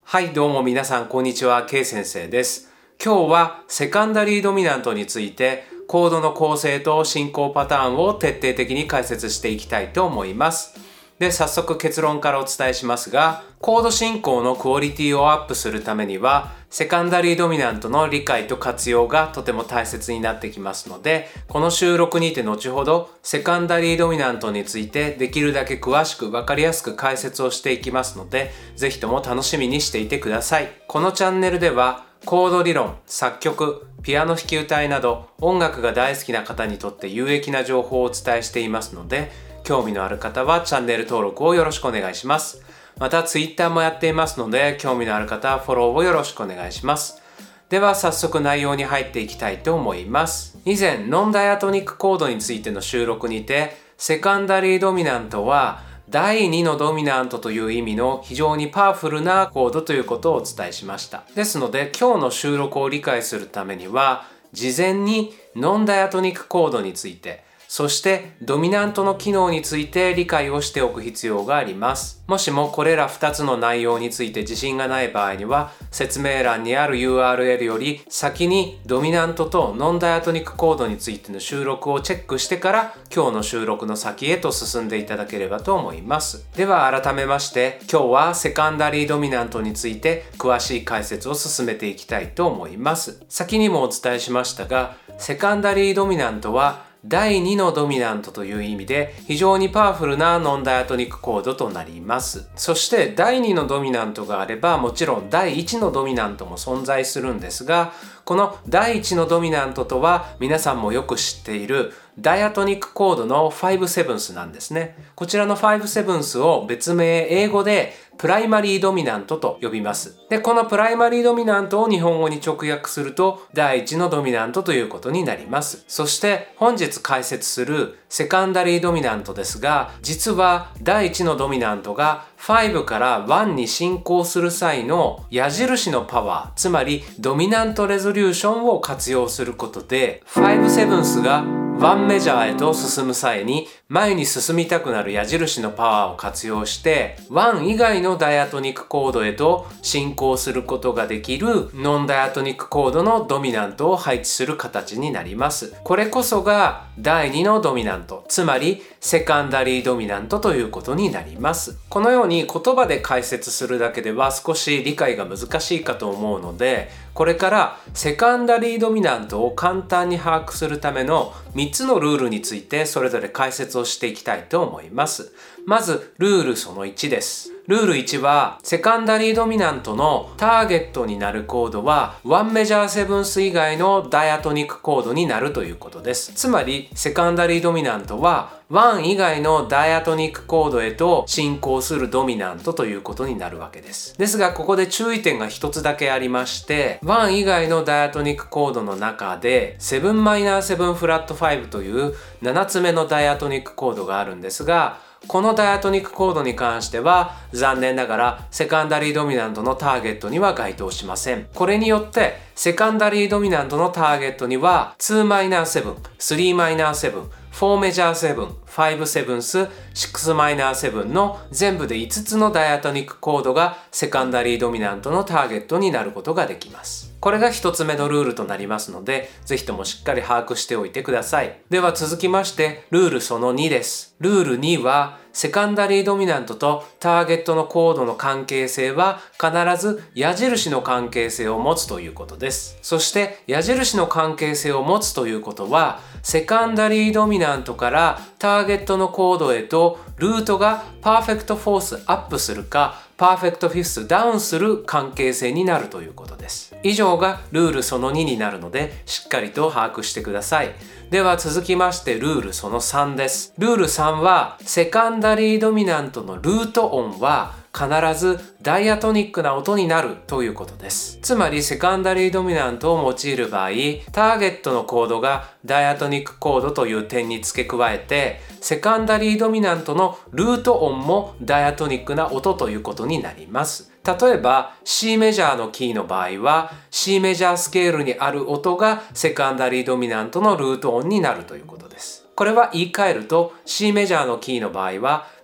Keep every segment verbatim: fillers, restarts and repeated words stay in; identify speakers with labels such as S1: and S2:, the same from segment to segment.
S1: はい、どうも皆さん、こんにちは。K 先生です。今日はセカンダリードミナントについて、コードの構成と進行パターンを徹底的に解説していきたいと思います。で、早速結論からお伝えしますが、コード進行のクオリティをアップするためには、セカンダリードミナントの理解と活用がとても大切になってきますので、この収録にて後ほどセカンダリードミナントについてできるだけ詳しく分かりやすく解説をしていきますので、ぜひとも楽しみにしていてください。このチャンネルでは、コード理論、作曲、ピアノ弾き歌いなど音楽が大好きな方にとって有益な情報をお伝えしていますので、興味のある方はチャンネル登録をよろしくお願いします。また Twitter もやっていますので、興味のある方はフォローをよろしくお願いします。では早速内容に入っていきたいと思います。以前、ノンダイアトニックコードについての収録にて、セカンダリードミナントはだいにのドミナントという意味の非常にパワフルなコードということをお伝えしました。ですので、今日の収録を理解するためには、事前にノンダイアトニックコードについて、そしてドミナントの機能について理解をしておく必要があります。もしもこれらふたつの内容について自信がない場合には、説明欄にある ユーアールエル より先にドミナントとノンダイアトニックコードについての収録をチェックしてから今日の収録の先へと進んでいただければと思います。では改めまして今日はセカンダリードミナントについて詳しい解説を進めていきたいと思います。先にもお伝えしましたが、セカンダリードミナントはだいにのドミナントという意味で非常にパワフルなノンダイアトニックコードとなります。そしてだいにのドミナントがあればもちろんだいいちのドミナントも存在するんですが、このだいいちのドミナントとは皆さんもよく知っているダイアトニックコードのファイブセブンスなんですね。こちらのファイブセブンスを別名英語でプライマリードミナントと呼びます。で、このプライマリードミナントを日本語に直訳するとだいいちのドミナントということになります。そして本日解説するセカンダリードミナントですが、実はだいいちのドミナントがごからいちに進行する際の矢印のパワー、つまりドミナントレゾリューションを活用することでファイブセブンスがいちメジャーへと進む際に前に進みたくなる矢印のパワーを活用していち以外のダイアトニックコードへと進行することができるノンダイアトニックコードのドミナントを配置する形になります。これこそがだいにのドミナント、つまりセカンダリードミナントということになります。このように言葉で解説するだけでは少し理解が難しいかと思うので、これからセカンダリードミナントを簡単に把握するためのみっつのルールについてそれぞれ解説をしていきたいと思います。まずルールそのいちです。ルールいちはセカンダリードミナントのターゲットになるコードはいちメジャーセブンス以外のダイアトニックコードになるということです。つまりセカンダリードミナントはいち以外のダイアトニックコードへと進行するドミナントということになるわけです。ですがここで注意点が一つだけありまして、いち以外のダイアトニックコードの中でセブンマイナーセブンフラットファイブというななつめのダイアトニックコードがあるんですが、このダイアトニックコードに関しては残念ながらセカンダリードミナントのターゲットには該当しません。これによってセカンダリードミナントのターゲットにはにマイナーセブン、さんマイナーセブン、よんメジャーセブン、ごセブンス、ろくマイナーセブンの全部でいつつのダイアトニックコードがセカンダリードミナントのターゲットになることができます。これがひとつめのルールとなりますので、ぜひともしっかり把握しておいてください。では続きましてルールそのにです。ルールにはセカンダリードミナントとターゲットのコードの関係性は必ず矢印の関係性を持つということです。そして矢印の関係性を持つということはセカンダリードミナントからターゲットのコードへとルートがパーフェクトフォースアップするかパーフェクトフィフスダウンする関係性になるということです。以上がルールそのにになるのでしっかりと把握してください。では続きましてルールそのさんです。ルールさんはセカンダリードミナントのルート音は必ずダイアトニックな音になるということです。つまりセカンダリードミナントを用いる場合、ターゲットのコードがダイアトニックコードという点に付け加えて、セカンダリードミナントのルート音もダイアトニックな音ということになります。例えば C メジャーのキーの場合は C メジャースケールにある音がセカンダリードミナントのルート音になるということです。これは言い換えると C メジャーのキーの場合は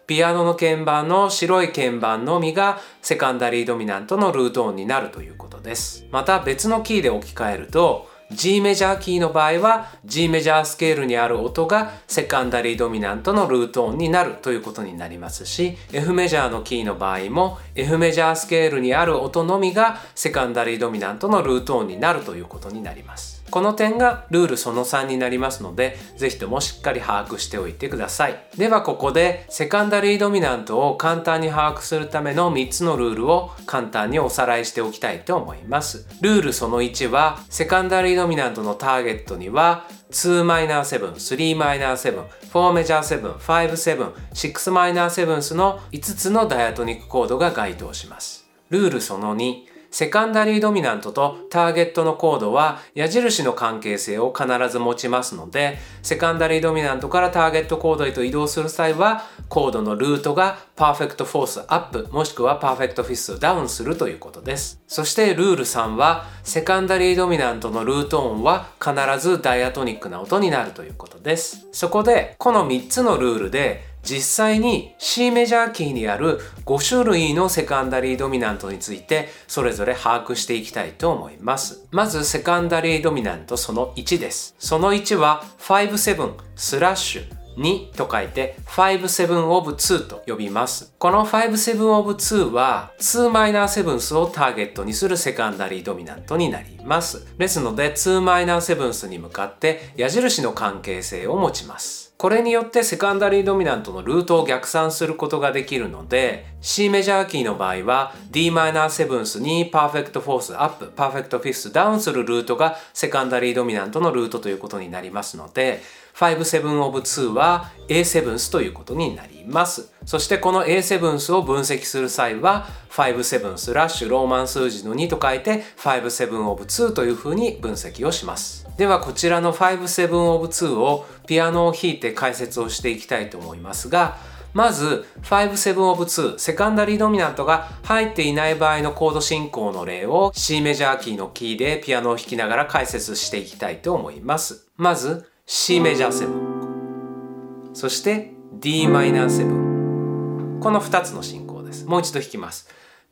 S1: ピアノの鍵盤の白い鍵盤のみがセカンダリードミナントのルート音になるということです。また別のキーで置き換えると、G メジャーキーの場合は G メジャースケールにある音がセカンダリードミナントのルート音になるということになりますし、 F メジャーのキーの場合も F メジャースケールにある音のみがセカンダリードミナントのルート音になるということになります。この点がルールそのさんになりますので、ぜひともしっかり把握しておいてください。ではここでセカンダリードミナントを簡単に把握するためのみっつのルールを簡単におさらいしておきたいと思います。ルールそのいちは、セカンダリードミナントのターゲットにはにマイナーセブン、スリーマイナーセブン、フォーメジャーセブン、ファイブセブン、シックスマイナーセブンスのいつつのダイアトニックコードが該当します。ルールそのに、セカンダリードミナントとターゲットのコードは矢印の関係性を必ず持ちますので、セカンダリードミナントからターゲットコードへと移動する際は、コードのルートがパーフェクトフォースアップもしくはパーフェクトフィスダウンするということです。そしてルールさんは、セカンダリードミナントのルート音は必ずダイアトニックな音になるということです。そこでこのみっつのルールで実際に C メジャーキーにあるごしゅるいのセカンダリードミナントについてそれぞれ把握していきたいと思います。まずセカンダリードミナントそのいちです。そのいちはごセブンスラッシュにと書いてごセブンオブツーと呼びます。このごセブンオブツーはにマイナーセブンスをターゲットにするセカンダリードミナントになります。ですのでにマイナーセブンスに向かって矢印の関係性を持ちます。これによってセカンダリードミナントのルートを逆算することができるので、 C メジャーキーの場合は ディーマイナーセブンスにパーフェクトフォースアップ、パーフェクトフィフスダウンするルートがセカンダリードミナントのルートということになりますので、ごセブンオブツーは エーセブンスということになります。そしてこの エーセブンスを分析する際はごセブンスラッシュローマン数字のにと書いてごセブンオブツーというふうに分析をします。ではこちらのごセブンオブツーをピアノを弾いて解説をしていきたいと思いますが、まずごセブンオブツー、セカンダリードミナントが入っていない場合のコード進行の例を C メジャーキーのキーでピアノを弾きながら解説していきたいと思います。まず C メジャーセブン、そして D マイナーセブン、このふたつの進行です。もう一度弾きます。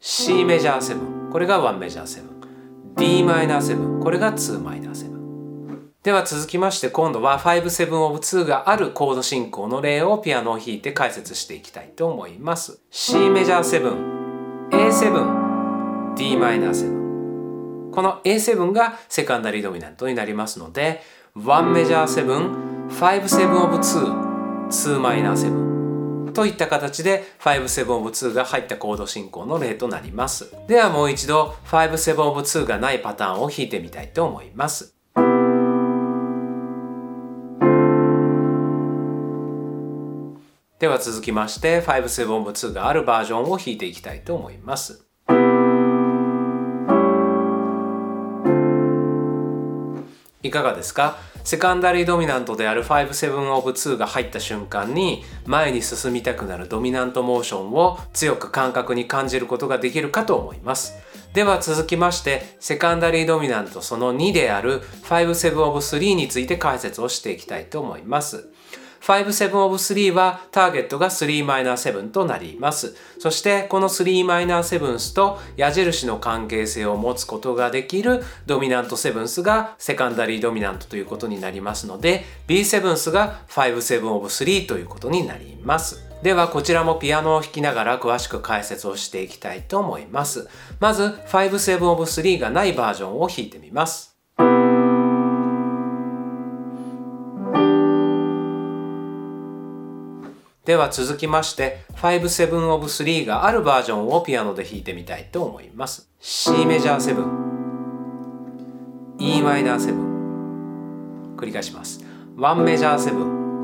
S1: C メジャーセブン、これがいちメジャーセブン、 D マイナーセブン、これがにマイナーセブン。では続きまして今度はごセブンオブツーがあるコード進行の例をピアノを弾いて解説していきたいと思います。 C メジャーセブン、 エーセブン、 ディーマイナーセブン、この エーセブンがセカンダリードミナントになりますのでいちメジャーセブン、ごセブンオブツー、にマイナーセブンといった形でごセブンオブツーが入ったコード進行の例となります。ではもう一度ごセブンオブツーがないパターンを弾いてみたいと思います。では続きましてごセブンオブツーがあるバージョンを弾いていきたいと思います。いかがですか？セカンダリードミナントであるごセブンオブツーが入った瞬間に前に進みたくなるドミナントモーションを強く感覚に感じることができるかと思います。では続きましてセカンダリードミナントそのにであるごセブンオブスリーについて解説をしていきたいと思います。ごセブンオブスリーはターゲットがにマイナーセブンとなります。そしてこのにマイナーセブンスと矢印の関係性を持つことができるドミナントセブンスがセカンダリードミナントということになりますので ビーセブンスがごセブンオブスリーということになります。ではこちらもピアノを弾きながら詳しく解説をしていきたいと思います。まずごセブンオブスリーがないバージョンを弾いてみます。では続きましてごセブンオブスリーがあるバージョンをピアノで弾いてみたいと思います。 C メジャーセブン、 E マイナーセブン、繰り返します。いちメジャーセブ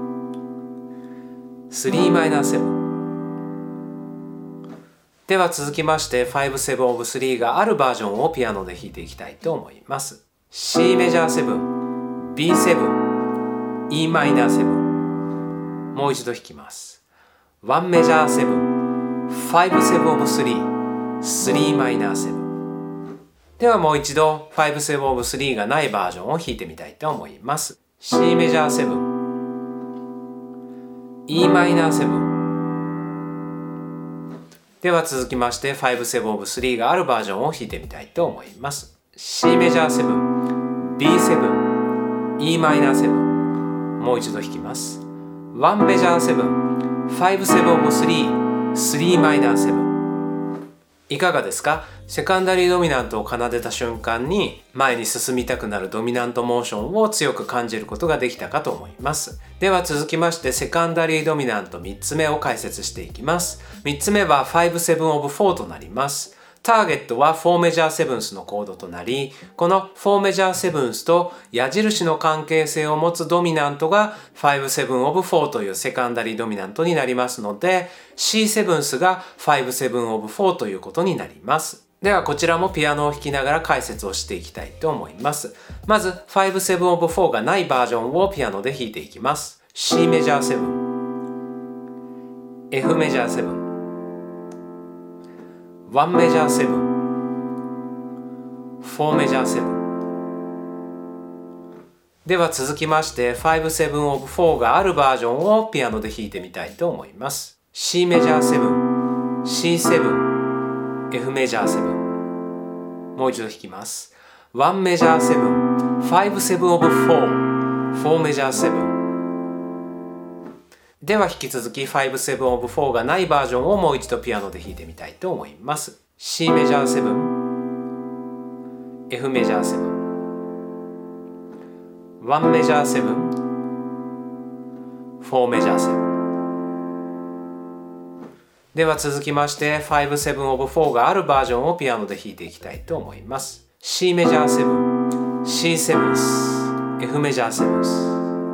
S1: ン、さんマイナーセブン。では続きましてごセブンオブスリーがあるバージョンをピアノで弾いていきたいと思います。 C メジャーセブン、 ビーセブン、 E マイナーセブン。もう一度弾きます。いちメジャーセブン、ごセブンオブスリー、さんマイナーセブン。ではもう一度ごセブンオブスリーがないバージョンを弾いてみたいと思います。 C メジャーセブン、 E マイナーセブン、 では続きましてファイブセブンオブスリーがあるバージョンを弾いてみたいと思います。 C メジャーセブン、 ビーセブン、 イーマイナーセブン。もう一度弾きます。ワンメジャーセブン、ファイブセブンオブスリー、スリーマイナーセブン。いかがですか？セカンダリードミナントを奏でた瞬間に前に進みたくなるドミナントモーションを強く感じることができたかと思います。では続きましてセカンダリードミナントみっつめを解説していきます。みっつめはファイブセブンオブフォーとなります。ターゲットはフォーメジャーセブンスのコードとなり、このフォーメジャーセブンスと矢印の関係性を持つドミナントがファイブセブンオブフォーというセカンダリードミナントになりますので、シーセブンスがファイブセブンオブフォーということになります。ではこちらもピアノを弾きながら解説をしていきたいと思います。まずファイブセブンオブフォーがないバージョンをピアノで弾いていきます。 C メジャーセブン、 F メジャーセブン、ワンメジャーセブン、フォーメジャーセブン。では続きましてファイブセブンオブフォーがあるバージョンをピアノで弾いてみたいと思います。 C メジャーセブン、 シーセブン、 F メジャーセブン。もう一度弾きます。ワンメジャーセブン、ファイブセブンオブフォー、フォーメジャーセブン。では引き続きファイブセブンオブフォーがないバージョンをもう一度ピアノで弾いてみたいと思います。 C メジャーセブン、 F メジャーセブン、ワンメジャーセブン、フォーメジャーセブン。では続きましてファイブセブンオブフォーがあるバージョンをピアノで弾いていきたいと思います。 C メジャーセブン、 シーセブンス、 F メジャーセブンス、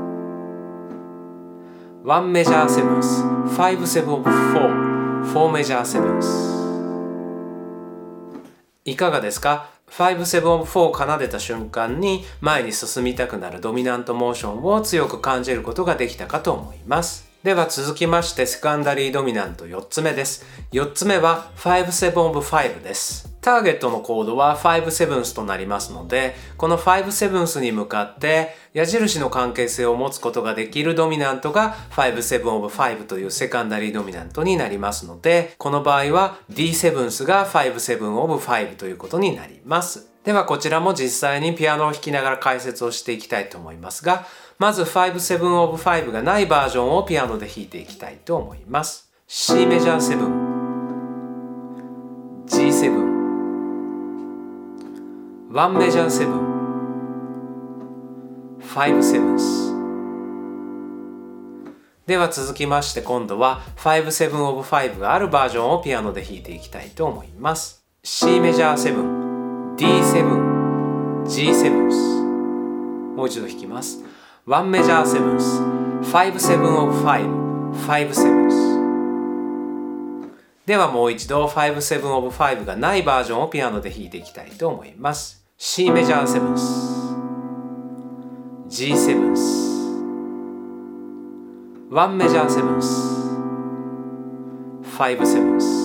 S1: ワンメジャーセブンス、ファイブセブンオブフォー、フォーメジャーセブンス。いかがですか？ファイブセブンオブフォーを奏でた瞬間に前に進みたくなるドミナントモーションを強く感じることができたかと思います。では続きましてセカンダリードミナントよっつめです。よっつめはファイブセブンオブファイブです。ターゲットのコードはファイブセブンスとなりますので、このファイブセブンスに向かって矢印の関係性を持つことができるドミナントがファイブセブンオブファイブというセカンダリードミナントになりますので、この場合は ディーセブンスがファイブセブンオブファイブということになります。ではこちらも実際にピアノを弾きながら解説をしていきたいと思いますが、まずファイブセブンオブファイブがないバージョンをピアノで弾いていきたいと思います。 C メジャーセブン、 ジーセブン、ワンメジャーセブン、ファイブセブンス。では続きまして今度はファイブセブンオブファイブがあるバージョンをピアノで弾いていきたいと思います。 C メジャーセブン、 ディーセブン、 ジーセブンス。もう一度弾きます。ワンメジャーセブンス、ファイブセブンオブファイブ、ファイブセブンス。ではもう一度ファイブセブンオブファイブがないバージョンをピアノで弾いていきたいと思います。 C メジャーセブンス、 ジーセブンス、ワンメジャーセブンス、ファイブセブンス。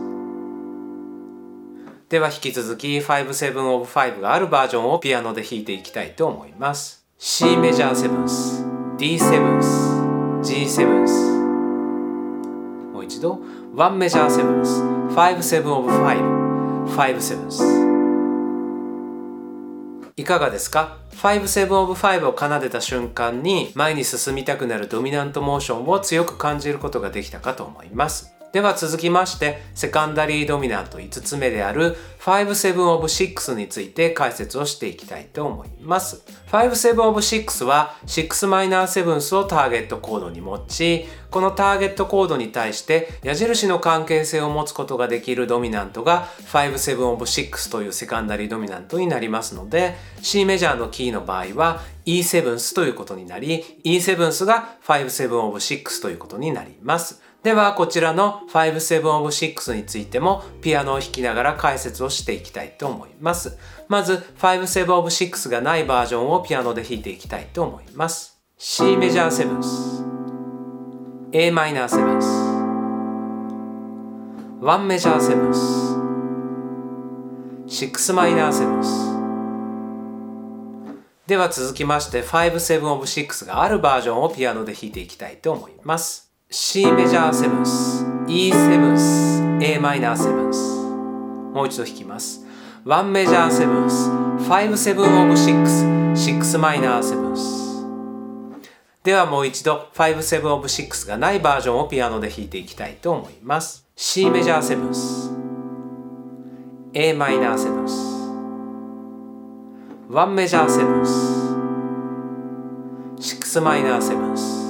S1: では引き続きファイブセブンオブファイブがあるバージョンをピアノで弾いていきたいと思います。 C メジャーセブンス、 ディーセブンス、 ジーセブンス。もう一度ワンメジャーセブンス、ファイブセブンオブファイブ、ファイブセブンス。いかがですか？ファイブセブンオブファイブを奏でた瞬間に前に進みたくなるドミナントモーションを強く感じることができたかと思います。では続きましてセカンダリードミナントいつつめであるファイブセブンオブシックスについて解説をしていきたいと思います。ファイブセブンオブシックスはシックスマイナーセブンスをターゲットコードに持ち、このターゲットコードに対して矢印の関係性を持つことができるドミナントがファイブセブンオブシックスというセカンダリードミナントになりますので、 C メジャーのキーの場合は イーセブンス ということになり、 イーセブンス がファイブセブンオブシックスということになります。ではこちらのファイブセブンオブシックスについてもピアノを弾きながら解説をしていきたいと思います。まずファイブセブンオブシックスがないバージョンをピアノで弾いていきたいと思います。 C メジャーセブンス、 A マイナーセブンス、ワンメジャーセブンス、シックスマイナーセブンス。では続きましてファイブセブンオブシックスがあるバージョンをピアノで弾いていきたいと思います。C メジャーセブンス、 イーセブンス、 A マイナーセブンス。もう一度弾きます。ワンメジャーセブンス、ファイブセブンオブシックス、シックスマイナーセブンス。ではもう一度ファイブセブンオブシックスがないバージョンをピアノで弾いていきたいと思います。C メジャーセブンス、A マイナーセブンス、ワンメジャーセブンス、シックスマイナーセブンス。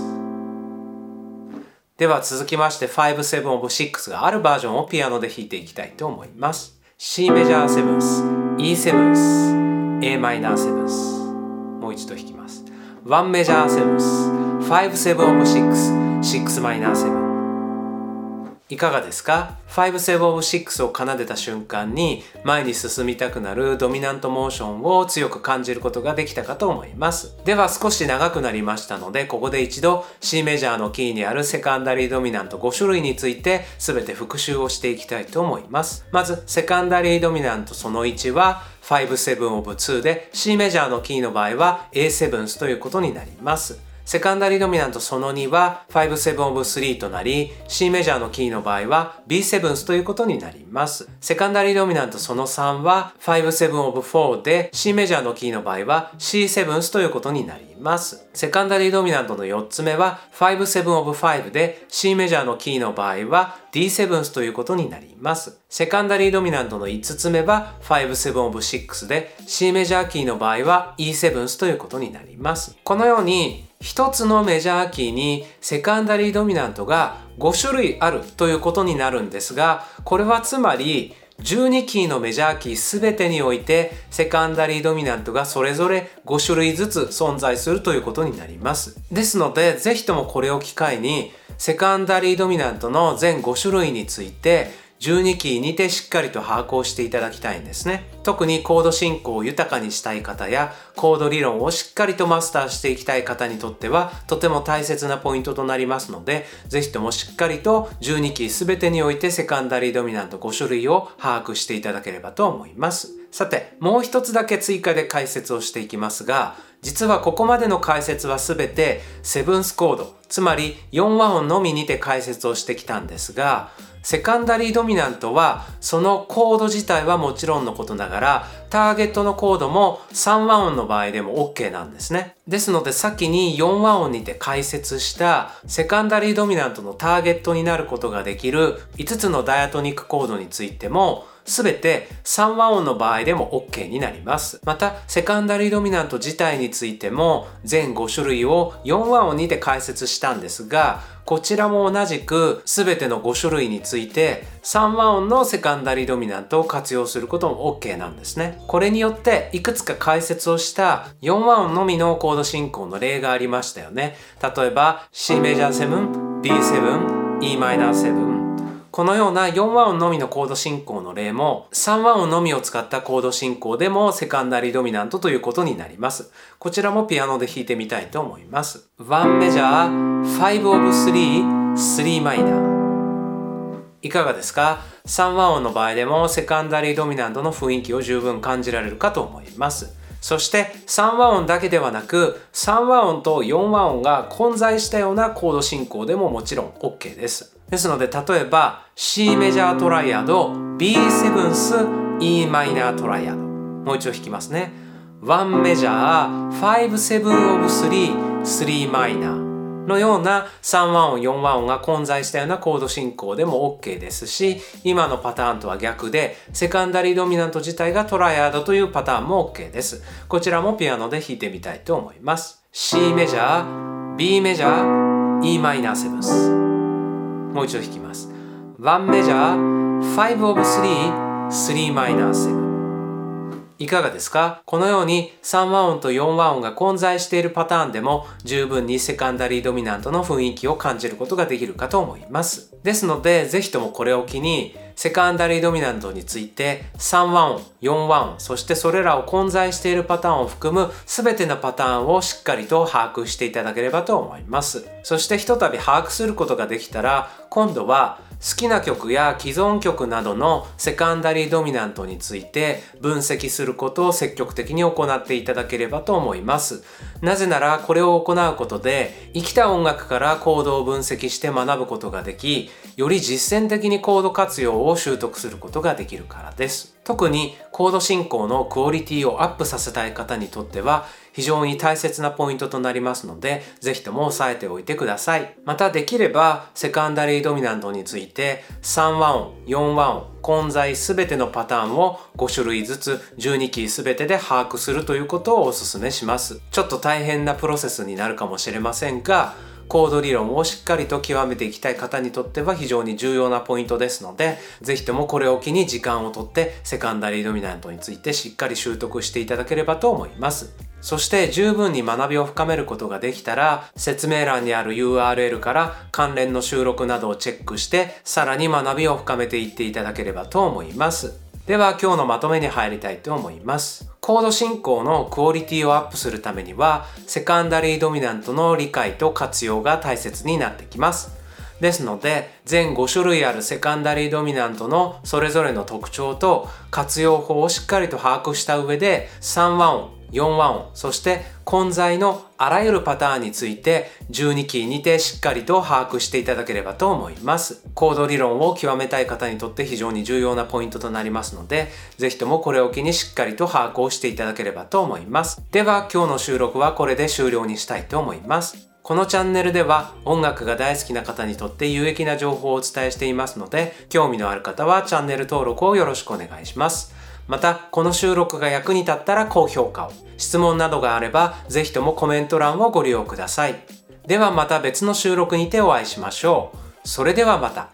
S1: では続きましてファイブセブンオブシックスがあるバージョンをピアノで弾いていきたいと思います。C メジャーセブンス、E セブンス、A マイナーセブンス。もう一度弾きます。ワンメジャーセブンス、ファイブセブンオブシックス、シックスマイナーセブン。いかがですか？ファイブセブンオブシックスを奏でた瞬間に前に進みたくなるドミナントモーションを強く感じることができたかと思います。では少し長くなりましたので、ここで一度 C メジャーのキーにあるセカンダリードミナントご種類について全て復習をしていきたいと思います。まずセカンダリードミナントそのいちはファイブセブンオブツーで C メジャーのキーの場合は エーセブンスということになります。セカンダリードミナントそのにはファイブセブンオブスリーとなり C メジャーのキーの場合は ビーセブンスということになります。セカンダリードミナントそのさんはファイブセブンオブフォーで C メジャーのキーの場合は シーセブンスということになります。セカンダリードミナントのよっつめはファイブセブンオブファイブで C メジャーのキーの場合は ディーセブンスということになります。セカンダリードミナントのいつつめはファイブセブンオブシックスで C メジャーキーの場合は イーセブンスということになります。このように一つのメジャーキーにセカンダリードミナントがご種類あるということになるんですが、これはつまりじゅうにキーのメジャーキーすべてにおいてセカンダリードミナントがそれぞれご種類ずつ存在するということになります。ですのでぜひともこれを機会にセカンダリードミナントの全ご種類についてじゅうにキーにてしっかりと把握をしていただきたいんですね。特にコード進行を豊かにしたい方やコード理論をしっかりとマスターしていきたい方にとってはとても大切なポイントとなりますので、ぜひともしっかりとじゅうにキーすべてにおいてセカンダリードミナントご種類を把握していただければと思います。さてもう一つだけ追加で解説をしていきますが、実はここまでの解説はすべてセブンスコード、つまりよん和音のみにて解説をしてきたんですが、セカンダリードミナントはそのコード自体はもちろんのことながらターゲットのコードもさん和音の場合でも OK なんですね。ですので先によん和音にて解説したセカンダリードミナントのターゲットになることができるいつつのダイアトニックコードについてもすべてさん和音の場合でも OK になります。またセカンダリードミナント自体についても全ご種類をよん和音にて解説したんですが、こちらも同じくすべてのご種類についてさん和音のセカンダリードミナントを活用することも OK なんですね。これによっていくつか解説をしたよん和音のみのコード進行の例がありましたよね。例えば C メジャーセブン、ビーセブン、イーマイナーセブン、このようなよん和音のみのコード進行の例もさん和音のみを使ったコード進行でもセカンダリードミナントということになります。こちらもピアノで弾いてみたいと思います。ワンメジャー、ファイブオブスリー、スリーマイナー。いかがですか？さん和音の場合でもセカンダリードミナントの雰囲気を十分感じられるかと思います。そしてさん和音だけではなくさん和音とよん和音が混在したようなコード進行でももちろん OK です。ですので例えば C メジャートライアド、ビーセブンス、イーマイナートライアド。もう一度弾きますね。ワンメジャー、ファイブセブンオブスリー、スリーマイナー。のようなさん和音よん和音が混在したようなコード進行でも OK ですし、今のパターンとは逆でセカンダリードミナント自体がトライアドというパターンも OK です。こちらもピアノで弾いてみたいと思います。 C メジャー、B メジャー、イーマイナーセブンス。もう一度弾きます。ワンメジャー、ファイブオブスリー、スリーマイナーセブン。いかがですか？このようにさん和音とよん和音が混在しているパターンでも十分にセカンダリードミナントの雰囲気を感じることができるかと思います。ですのでぜひともこれを機にセカンダリードミナントについてさん和音、よん和音、そしてそれらを混在しているパターンを含む全てのパターンをしっかりと把握していただければと思います。そしてひとたび把握することができたら今度は好きな曲や既存曲などのセカンダリードミナントについて分析することを積極的に行っていただければと思います。なぜならこれを行うことで生きた音楽からコードを分析して学ぶことができ、 より実践的にコード活用を習得することができるからです。特にコード進行のクオリティをアップさせたい方にとっては非常に大切なポイントとなりますので、ぜひとも押さえておいてください。またできればセカンダリードミナントについてさん和音、よん和音、混在すべてのパターンをご種類ずつじゅうにキーすべてで把握するということをお勧めします。ちょっと大変なプロセスになるかもしれませんが、コード理論をしっかりと極めていきたい方にとっては非常に重要なポイントですので、ぜひともこれを機に時間をとってセカンダリードミナントについてしっかり習得していただければと思います。そして十分に学びを深めることができたら、説明欄にある ユーアールエル から関連の収録などをチェックして、さらに学びを深めていっていただければと思います。では今日のまとめに入りたいと思います。コード進行のクオリティをアップするためには、セカンダリードミナントの理解と活用が大切になってきます。ですので、全ご種類あるセカンダリードミナントのそれぞれの特徴と活用法をしっかりと把握した上で、さん和音、よん和音、そして混在のあらゆるパターンについてじゅうにキーにてしっかりと把握していただければと思います。コード理論を極めたい方にとって非常に重要なポイントとなりますので、ぜひともこれを機にしっかりと把握をしていただければと思います。では今日の収録はこれで終了にしたいと思います。このチャンネルでは音楽が大好きな方にとって有益な情報をお伝えしていますので、興味のある方はチャンネル登録をよろしくお願いします。また、この収録が役に立ったら高評価を。質問などがあれば、ぜひともコメント欄をご利用ください。ではまた別の収録にてお会いしましょう。それではまた。